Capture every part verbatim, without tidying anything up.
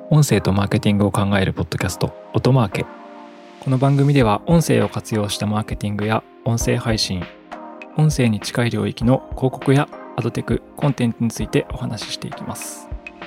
音声とマーケティングを考えるポッドキャスト音マーケ。この番組では音声を活用したマーケティングや音声配信、音声に近い領域の広告やアドテク、コンテンツについてお話ししていきます。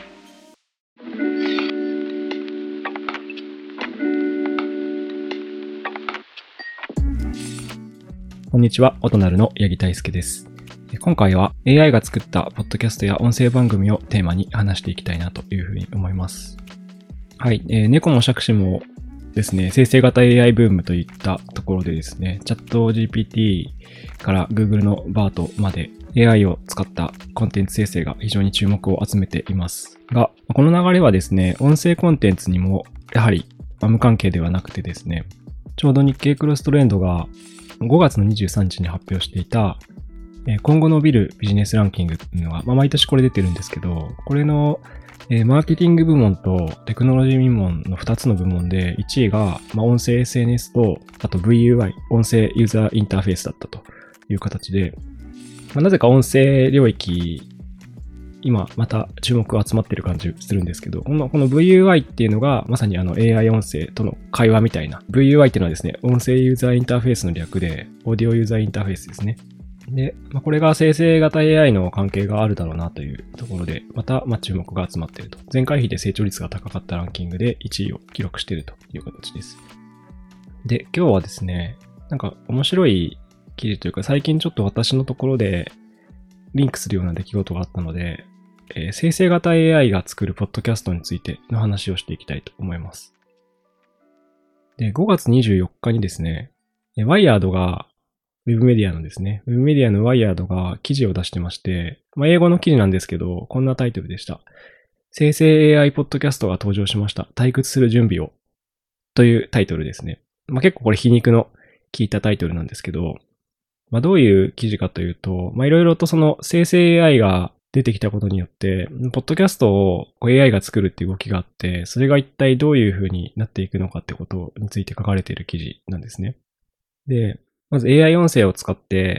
こんにちは、音なるの八木大輔です。今回は エーアイ が作ったポッドキャストや音声番組をテーマに話していきたいなというふうに思います。はい、えー、猫も杓子もですね、生成型 エーアイ ブームといったところでですね、チャット ジーピーティー から Google の バート まで エーアイ を使ったコンテンツ生成が非常に注目を集めていますが、この流れはですね、音声コンテンツにもやはり無関係ではなくてですね、ちょうど日経クロストレンドがごがつのにじゅうさんにちに発表していた今後伸びるビジネスランキングっていうのが、まあ、毎年これ出てるんですけど、これの、えー、マーケティング部門とテクノロジー部門のふたつの部門で、いちいが、まあ、音声 エスエヌエス と、あと ブイユーアイ、音声ユーザーインターフェースだったという形で、まあ、なぜか音声領域、今また注目が集まってる感じするんですけど、この、この ブイユーアイ っていうのがまさにあの エーアイ 音声との会話みたいな。ブイユーアイ っていうのはですね、音声ユーザーインターフェースの略で、オーディオユーザーインターフェースですね。で、まあ、これが生成型 エーアイ の関係があるだろうなというところで、また、まあ、注目が集まっていると。前回比で成長率が高かったランキングでいちいを記録しているという形です。で、今日はですね、なんか面白い記事というか、最近ちょっと私のところでリンクするような出来事があったので、えー、生成型 エーアイ が作るポッドキャストについての話をしていきたいと思います。で、ごがつにじゅうよっかにですね、ワイヤードがウェブメディアのですね、ウェブメディアのワイヤードが記事を出してまして、まあ、英語の記事なんですけど、こんなタイトルでした。生成 エーアイ ポッドキャストが登場しました。退屈する準備を。というタイトルですね。まあ、結構これ皮肉の効いたタイトルなんですけど、まあ、どういう記事かというと、まあ、いろいろとその生成 エーアイ が出てきたことによって、ポッドキャストを エーアイ が作るっていう動きがあって、それが一体どういう風になっていくのかってことについて書かれている記事なんですね。で、まず エーアイ 音声を使って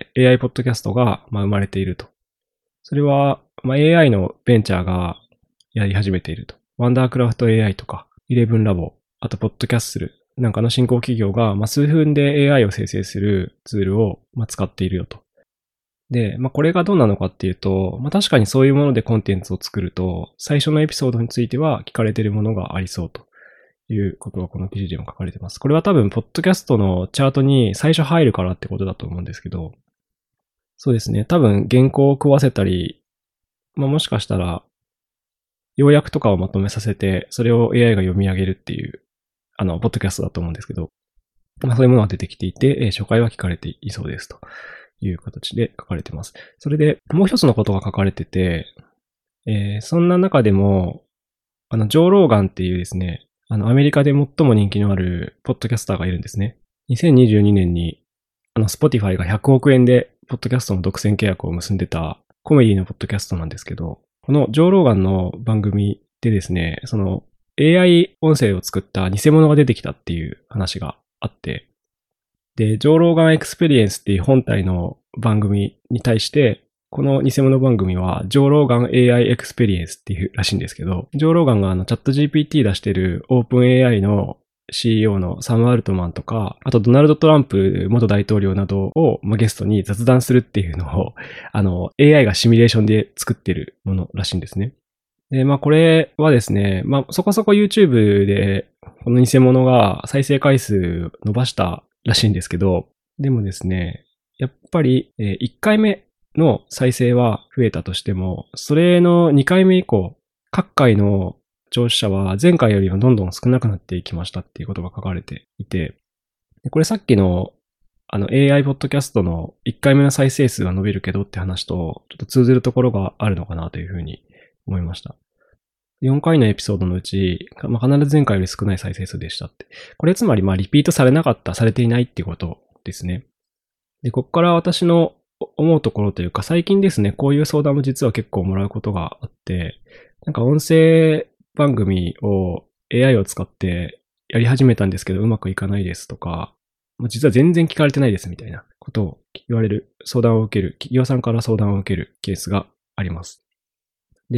エーアイ ポッドキャストが生まれていると。それは、まあ、エーアイ のベンチャーがやり始めていると。ワンダークラフト エーアイ とか、イレブンラボ、あとポッドキャッスルなんかの新興企業が、まあ、数分で エーアイ を生成するツールを、まあ、使っているよと。で、まあ、これがどうなのかっていうと、まあ、確かにそういうものでコンテンツを作ると、最初のエピソードについては聞かれているものがありそうと。いうことがこの記事でも書かれてます。これは多分、ポッドキャストのチャートに最初入るからってことだと思うんですけど、そうですね。多分、原稿を食わせたり、まあ、もしかしたら、要約とかをまとめさせて、それを エーアイ が読み上げるっていう、あの、ポッドキャストだと思うんですけど、まあ、そういうものが出てきていて、初回は聞かれていそうですという形で書かれてます。それで、もう一つのことが書かれてて、えー、そんな中でも、あの、ジョー・ローガンっていうですね、あの、アメリカで最も人気のあるポッドキャスターがいるんですね。にせんにじゅうにねんに、あの、Spotify がひゃくおくえんで、ポッドキャストの独占契約を結んでたコメディのポッドキャストなんですけど、このジョー・ローガンの番組でですね、その、エーアイ 音声を作った偽物が出てきたっていう話があって、で、ジョー・ローガンエクスペリエンスっていう本体の番組に対して、この偽物番組は、ジョー・ローガン エーアイ エクスペリエンスっていうらしいんですけど、ジョー・ローガンがあのチャット ジーピーティー 出してるオープン エーアイ の シーイーオー のサム・アルトマンとか、あとドナルド・トランプ元大統領などを、まあ、ゲストに雑談するっていうのを、あの、エーアイ がシミュレーションで作ってるものらしいんですね。で、まあこれはですね、まあそこそこ YouTube でこの偽物が再生回数伸ばしたらしいんですけど、でもですね、やっぱりいっかいめの再生は増えたとしても、それのにかいめ以降、各回の聴取者は前回よりもどんどん少なくなっていきましたっていうことが書かれていて、これさっきのあの エーアイ ポッドキャストのいっかいめの再生数は伸びるけどって話とちょっと通ずるところがあるのかなというふうに思いました。よんかいのエピソードのうち、まあ、必ず前回より少ない再生数でしたって。これつまりまあリピートされなかった、されていないっていうことですね。で、ここから私の思うところというか、最近ですね、こういう相談も実は結構もらうことがあって、なんか音声番組を エーアイ を使ってやり始めたんですけどうまくいかないですとか、実は全然聞かれてないですみたいなことを言われる、相談を受ける、企業さんから相談を受けるケースがあります。で、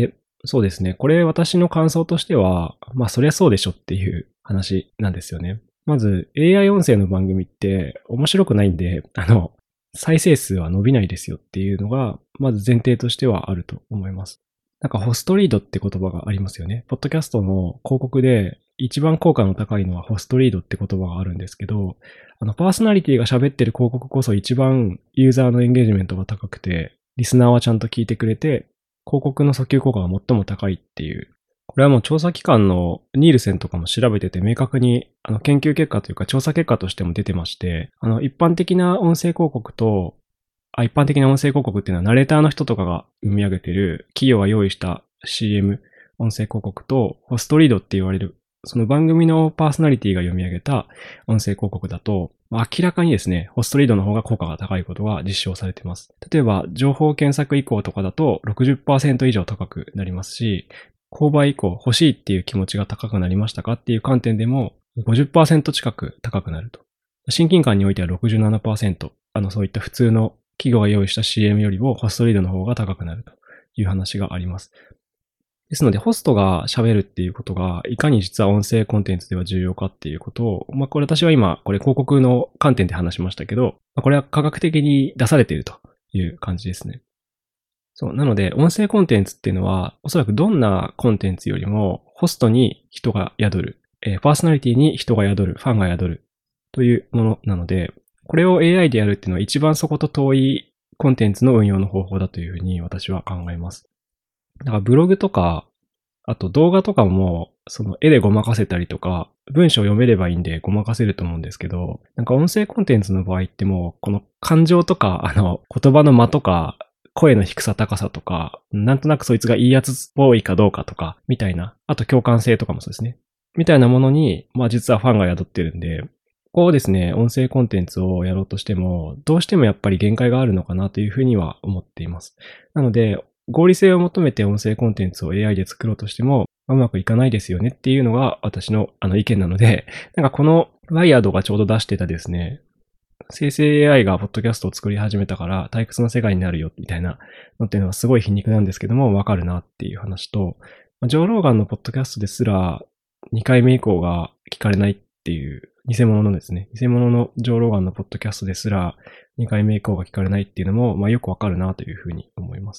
そうですね。これ私の感想としては、まあそりゃそうでしょっていう話なんですよね。まず エーアイ 音声の番組って面白くないんで、あの、再生数は伸びないですよっていうのが、まず前提としてはあると思います。なんかホストリードって言葉がありますよね。ポッドキャストの広告で一番効果の高いのはホストリードって言葉があるんですけど、あのパーソナリティが喋ってる広告こそ一番ユーザーのエンゲージメントが高くて、リスナーはちゃんと聞いてくれて、広告の訴求効果が最も高いっていう。これはもう調査機関のニールセンとかも調べてて明確にあの研究結果というか調査結果としても出てまして、あの一般的な音声広告と、あ一般的な音声広告っていうのはナレーターの人とかが生み上げてる企業が用意した シーエム、音声広告とホストリードって言われるその番組のパーソナリティが読み上げた音声広告だと、明らかにですね、ホストリードの方が効果が高いことが実証されています。例えば、情報検索以降とかだと ろくじゅっパーセント 以上高くなりますし、購買以降欲しいっていう気持ちが高くなりましたかっていう観点でも ごじゅっパーセント 近く高くなると。親近感においては ろくじゅうななパーセント、あのそういった普通の企業が用意した シーエム よりもホストリードの方が高くなるという話があります。ですので、ホストが喋るっていうことが、いかに実は音声コンテンツでは重要かっていうことを、まあ、これ私は今、これ広告の観点で話しましたけど、これは科学的に出されているという感じですね。そう。なので、音声コンテンツっていうのは、おそらくどんなコンテンツよりも、ホストに人が宿る、えー、パーソナリティに人が宿る、ファンが宿るというものなので、これを エーアイ でやるっていうのは一番そこと遠いコンテンツの運用の方法だというふうに私は考えます。だからブログとか、あと動画とかも、その絵でごまかせたりとか、文章を読めればいいんでごまかせると思うんですけど、なんか音声コンテンツの場合ってもう、この感情とか、あの、言葉の間とか、声の低さ高さとか、なんとなくそいつがいいやつっぽいかどうかとか、みたいな、あと共感性とかもそうですね。みたいなものに、まあ実はファンが宿ってるんで、こうですね、音声コンテンツをやろうとしても、どうしてもやっぱり限界があるのかなというふうには思っています。なので、合理性を求めて音声コンテンツを エーアイ で作ろうとしても、うまくいかないですよねっていうのが私のあの意見なので、なんかこのワイヤードがちょうど出してたですね、生成 エーアイ がポッドキャストを作り始めたから退屈な世界になるよみたいなのっていうのはすごい皮肉なんですけどもわかるなっていう話と、ジョー・ローガンのポッドキャストですらにかいめ以降が聞かれないっていう偽物のですね、偽物のジョー・ローガンのポッドキャストですらにかいめ以降が聞かれないっていうのも、まあ、よくわかるなというふうに思います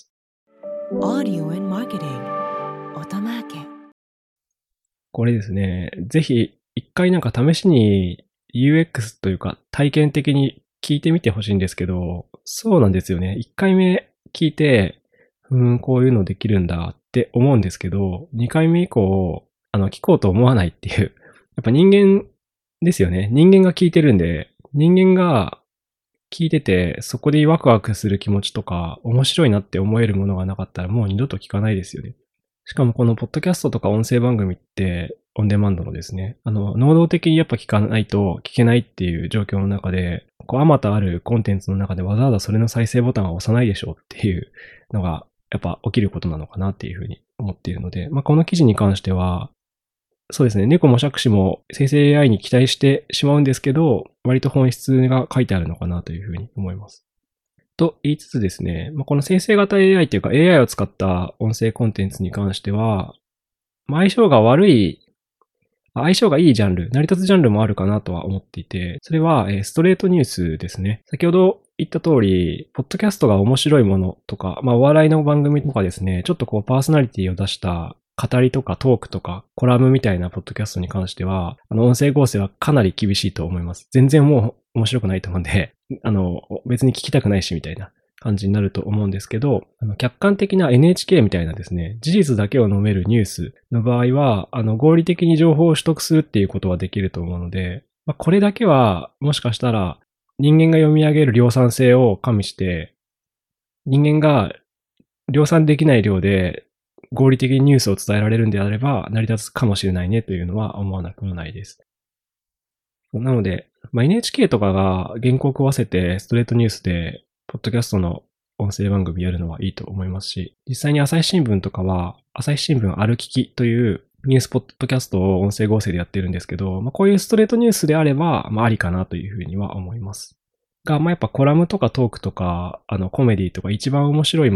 。Audio and Marketing 音マーケ。これですね、ぜひ一回なんか試しに ユーエックス というか体験的に聞いてみてほしいんですけど、そうなんですよね。一回目聞いて、うーん、こういうのできるんだって思うんですけど、二回目以降、あの、聞こうと思わないっていう。やっぱ人間ですよね。人間が聞いてるんで、人間が聞いてて、そこでワクワクする気持ちとか、面白いなって思えるものがなかったらもう二度と聞かないですよね。しかもこのポッドキャストとか音声番組ってオンデマンドのですね、あの、能動的にやっぱ聞かないと聞けないっていう状況の中で、こう、あまたあるコンテンツの中でわざわざそれの再生ボタンは押さないでしょうっていうのが、やっぱ起きることなのかなっていうふうに思っているので、まあ、この記事に関しては、そうですね、猫も杓子も生成 エーアイ に期待してしまうんですけど、割と本質が書いてあるのかなというふうに思います。と言いつつですね、まあ、この生成型 エーアイ というか エーアイ を使った音声コンテンツに関しては、まあ、相性が悪い、相性がいいジャンル、成り立つジャンルもあるかなとは思っていて、それはストレートニュースですね。先ほど言った通り、ポッドキャストが面白いものとか、まあ、お笑いの番組とかですね、ちょっとこうパーソナリティを出した語りとかトークとかコラムみたいなポッドキャストに関しては、あの音声合成はかなり厳しいと思います。全然もう面白くないと思うんで、あの別に聞きたくないしみたいな感じになると思うんですけど、あの客観的な エヌエイチケー みたいなですね、事実だけを述べるニュースの場合は、あの合理的に情報を取得するっていうことはできると思うので、まあ、これだけはもしかしたら人間が読み上げる量産性を加味して、人間が量産できない量で合理的にニュースを伝えられるんであれば成り立つかもしれないねというのは思わなくもないです。なので、まあ、エヌエイチケー とかが原稿を食わせてストレートニュースでポッドキャストの音声番組やるのはいいと思いますし、実際に朝日新聞とかは朝日新聞ある聞きというニュースポッドキャストを音声合成でやってるんですけど、まあ、こういうストレートニュースであれば、まあ、ありかなというふうには思います。が、まあ、やっぱコラムとかトークとか、あのコメディとか一番面白いもの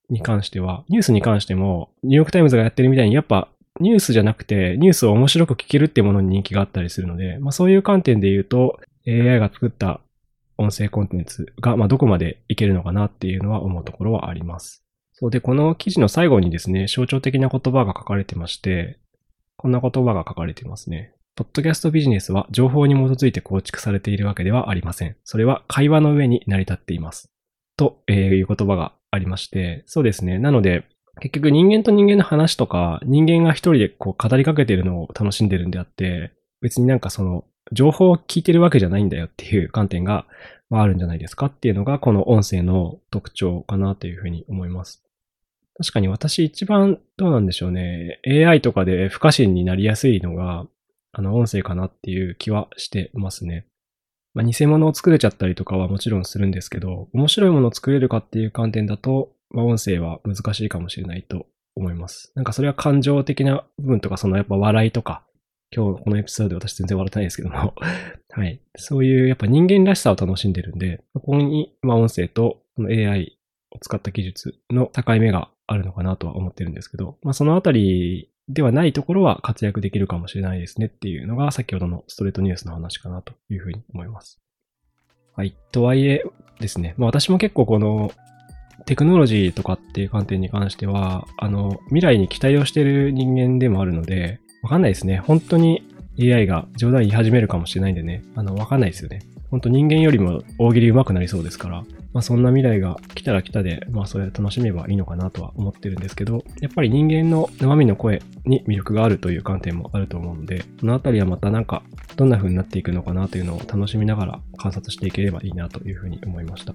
に関しては、ニュースに関しても、ニューヨークタイムズがやってるみたいに、やっぱニュースじゃなくて、ニュースを面白く聞けるっていうものに人気があったりするので、まあそういう観点で言うと、エーアイ が作った音声コンテンツが、まあどこまでいけるのかなっていうのは思うところはあります。そうで、この記事の最後にですね、象徴的な言葉が書かれてまして、こんな言葉が書かれていますね。ポッドキャストビジネスは情報に基づいて構築されているわけではありません。それは会話の上に成り立っています。という言葉がありまして、そうですね。なので、結局人間と人間の話とか、人間が一人でこう語りかけているのを楽しんでるんであって、別になんかその情報を聞いてるわけじゃないんだよっていう観点があるんじゃないですかっていうのがこの音声の特徴かなというふうに思います。確かに私一番どうなんでしょうね。エーアイ とかで不可侵になりやすいのが、あの音声かなっていう気はしてますね。まあ、偽物を作れちゃったりとかはもちろんするんですけど、面白いものを作れるかっていう観点だと、まあ、音声は難しいかもしれないと思います。なんかそれは感情的な部分とか、そのやっぱ笑いとか、今日このエピソードで私全然笑ってないですけども、はい。そういうやっぱ人間らしさを楽しんでるんで、ここにまあ音声とこの エーアイ を使った技術の境目があるのかなとは思ってるんですけど、まあそのあたりではないところは活躍できるかもしれないですねっていうのが先ほどのストレートニュースの話かなというふうに思います。はい。とはいえですね、まあ私も結構このテクノロジーとかっていう観点に関しては、あの、未来に期待をしている人間でもあるので、わかんないですね。本当に エーアイ が冗談言い始めるかもしれないんでね、あの、わかんないですよね。本当人間よりも大喜利上手くなりそうですから、まあそんな未来が来たら来たで、まあそれで楽しめばいいのかなとは思ってるんですけど、やっぱり人間の生身の声に魅力があるという観点もあると思うので、そのあたりはまたなんかどんな風になっていくのかなというのを楽しみながら観察していければいいなというふうに思いました。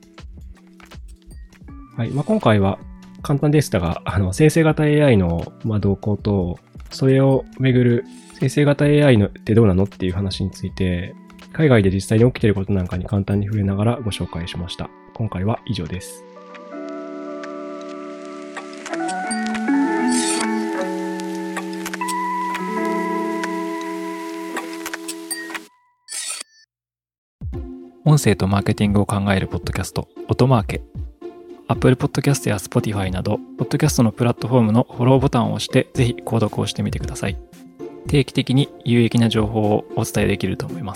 はい。まあ、今回は簡単でしたが、あの、生成型 エーアイ の、まあ、動向と、それをめぐる生成型 エーアイ のってどうなのっていう話について、海外で実際に起きていることなんかに簡単に触れながらご紹介しました。今回は以上です。 音声とマーケティングを考えるポッドキャスト、音マーケ。Apple Podcast や Spotify など、ポッドキャストのプラットフォームのフォローボタンを押して、ぜひ購読をしてみてください。定期的に有益な情報をお伝えできると思います。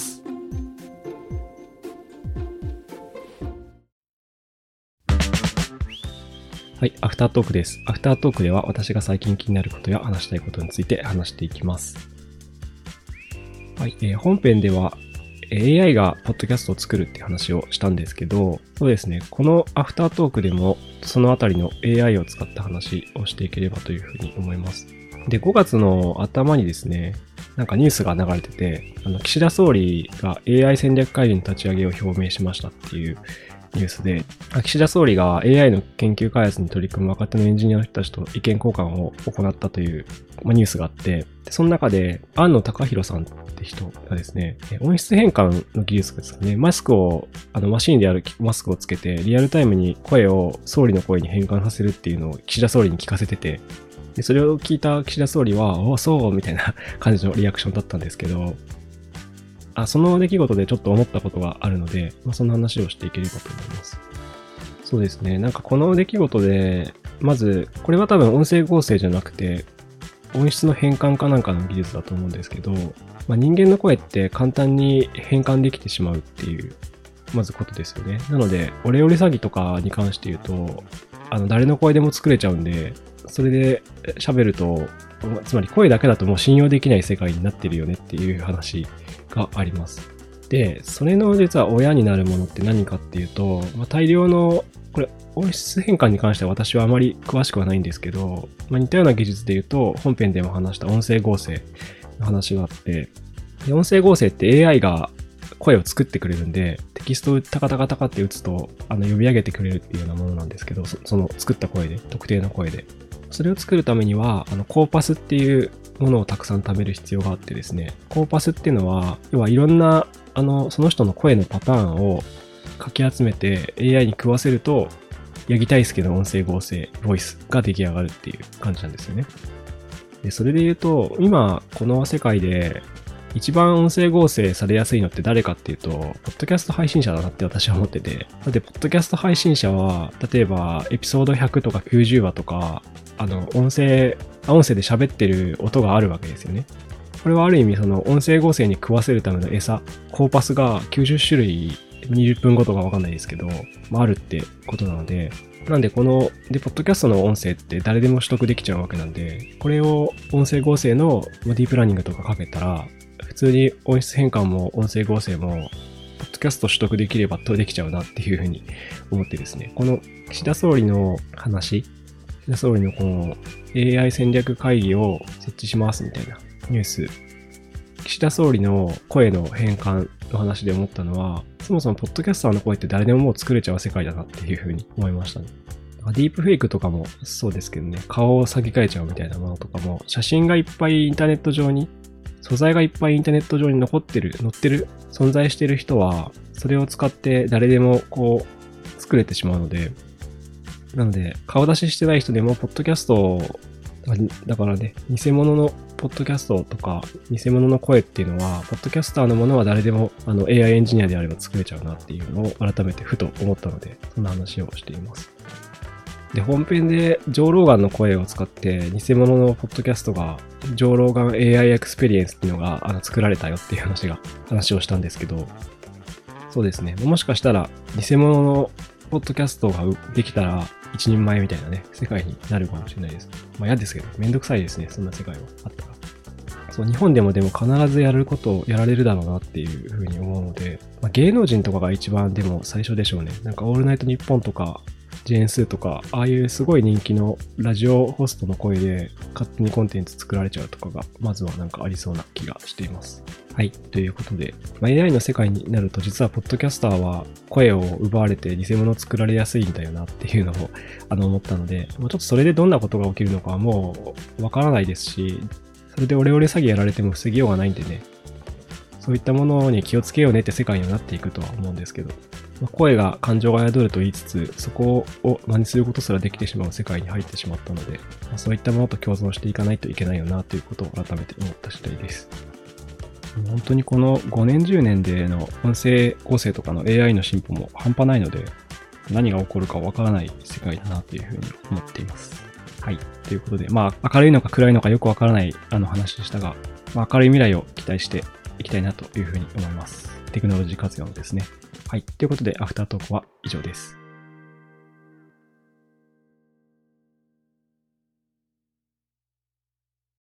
はい、アフタートークです。アフタートークでは私が最近気になることや話したいことについて話していきます。はい、えー、本編ではエーアイ がポッドキャストを作るって話をしたんですけど、そうですね、このアフタートークでもそのあたりの エーアイ を使った話をしていければというふうに思います。で、ごがつの頭にですね、なんかニュースが流れてて、あの岸田総理が エーアイ 戦略会議の立ち上げを表明しましたっていうニュースで、岸田総理が エーアイ の研究開発に取り組む若手のエンジニアの人たちと意見交換を行ったという、まあ、ニュースがあって、でその中で安野貴弘さんって人がですね、音質変換の技術ですかね、マスクを、あのマシンであるマスクをつけてリアルタイムに声を総理の声に変換させるっていうのを岸田総理に聞かせてて、でそれを聞いた岸田総理は、お、そうみたいな感じのリアクションだったんですけど、あその出来事でちょっと思ったことがあるので、まあ、そんな話をしていければと思います。そうですね。なんかこの出来事で、まず、これは多分音声合成じゃなくて、音質の変換かなんかの技術だと思うんですけど、まあ、人間の声って簡単に変換できてしまうっていう、まずことですよね。なので、オレオレ詐欺とかに関して言うと、あの、誰の声でも作れちゃうんで、それで喋ると、つまり声だけだともう信用できない世界になってるよねっていう話があります。で、それの実は親になるものって何かっていうと、まあ、大量の、これ音質変換に関しては私はあまり詳しくはないんですけど、まあ、似たような技術で言うと、本編でも話した音声合成の話があって、で音声合成って エーアイ が声を作ってくれるんで、テキストをタカタカタカって打つと、あの呼び上げてくれるっていうようなものなんですけど、そ, その作った声で、特定の声で。それを作るためには、あのコーパスっていうものをたくさん貯める必要があってですね、コーパスっていうのは、要はいろんな、あの、その人の声のパターンをかき集めて エーアイ に食わせると、八木大輔の音声合成、ボイスが出来上がるっていう感じなんですよね。で、それで言うと、今、この世界で、 一番音声合成されやすいのって誰かっていうと、ポッドキャスト配信者だなって私は思ってて。だって、ポッドキャスト配信者は、例えば、エピソードひゃくとかきゅうじゅうわとか、あの、音声、音声で喋ってる音があるわけですよね。これはある意味、その、音声合成に食わせるための餌、コーパスがきゅうじゅっしゅるい、にじゅっぷんごとかわかんないですけど、まあ、あるってことなので、なんでこの、で、ポッドキャストの音声って誰でも取得できちゃうわけなんで、これを音声合成のディープラーニングとかかけたら、普通に音質変換も音声合成も、ポッドキャスト取得できればできちゃうなっていうふうに思ってですね、この岸田総理の話、岸田総理のこの エーアイ 戦略会議を設置しますみたいなニュース、岸田総理の声の変換の話で思ったのは、そもそもポッドキャスターの声って誰でももう作れちゃう世界だなっていうふうに思いましたね。ディープフェイクとかもそうですけどね、顔を先替えちゃうみたいなものとかも、写真がいっぱいインターネット上に、素材がいっぱいインターネット上に残ってる、載ってる、存在してる人は、それを使って誰でもこう、作れてしまうので、なので、顔出ししてない人でも、ポッドキャストを、だからね、偽物のポッドキャストとか、偽物の声っていうのは、ポッドキャスターのものは誰でも、あの、エーアイ エンジニアであれば作れちゃうなっていうのを改めてふと思ったので、そんな話をしています。で、本編でジョー・ローガンの声を使って、偽物のポッドキャストが、ジョー・ローガン エーアイ エクスペリエンスっていうのがあの作られたよっていう話が、話をしたんですけど、そうですね。もしかしたら、偽物のポッドキャストができたら、一人前みたいなね、世界になるかもしれないです。まあ嫌ですけど、めんどくさいですね、そんな世界はあったら。そう、日本でもでも必ずやることをやられるだろうなっていうふうに思うので、まあ、芸能人とかが一番でも最初でしょうね。なんかオールナイトニッポンとか、ジェーンスーとか、ああいうすごい人気のラジオホストの声で勝手にコンテンツ作られちゃうとかが、まずはなんかありそうな気がしています。はい。ということで、まあ、エーアイ の世界になると実はポッドキャスターは声を奪われて偽物を作られやすいんだよなっていうのをあの思ったので、もうちょっとそれでどんなことが起きるのかはもうわからないですし、それでオレオレ詐欺やられても防ぎようがないんでね、そういったものに気をつけようねって世界にはなっていくとは思うんですけど、まあ、声が感情が宿ると言いつつ、そこを真似することすらできてしまう世界に入ってしまったので、まあ、そういったものと共存していかないといけないよなということを改めて思った次第です。本当にこのごねんじゅうねんでの音声合成とかの エーアイ の進歩も半端ないので、何が起こるかわからない世界だなというふうに思っています。はい。ということで、まあ明るいのか暗いのかよくわからないあの話でしたが、まあ、明るい未来を期待していきたいなというふうに思います。テクノロジー活用のですね。はい。ということで、アフタートークは以上です。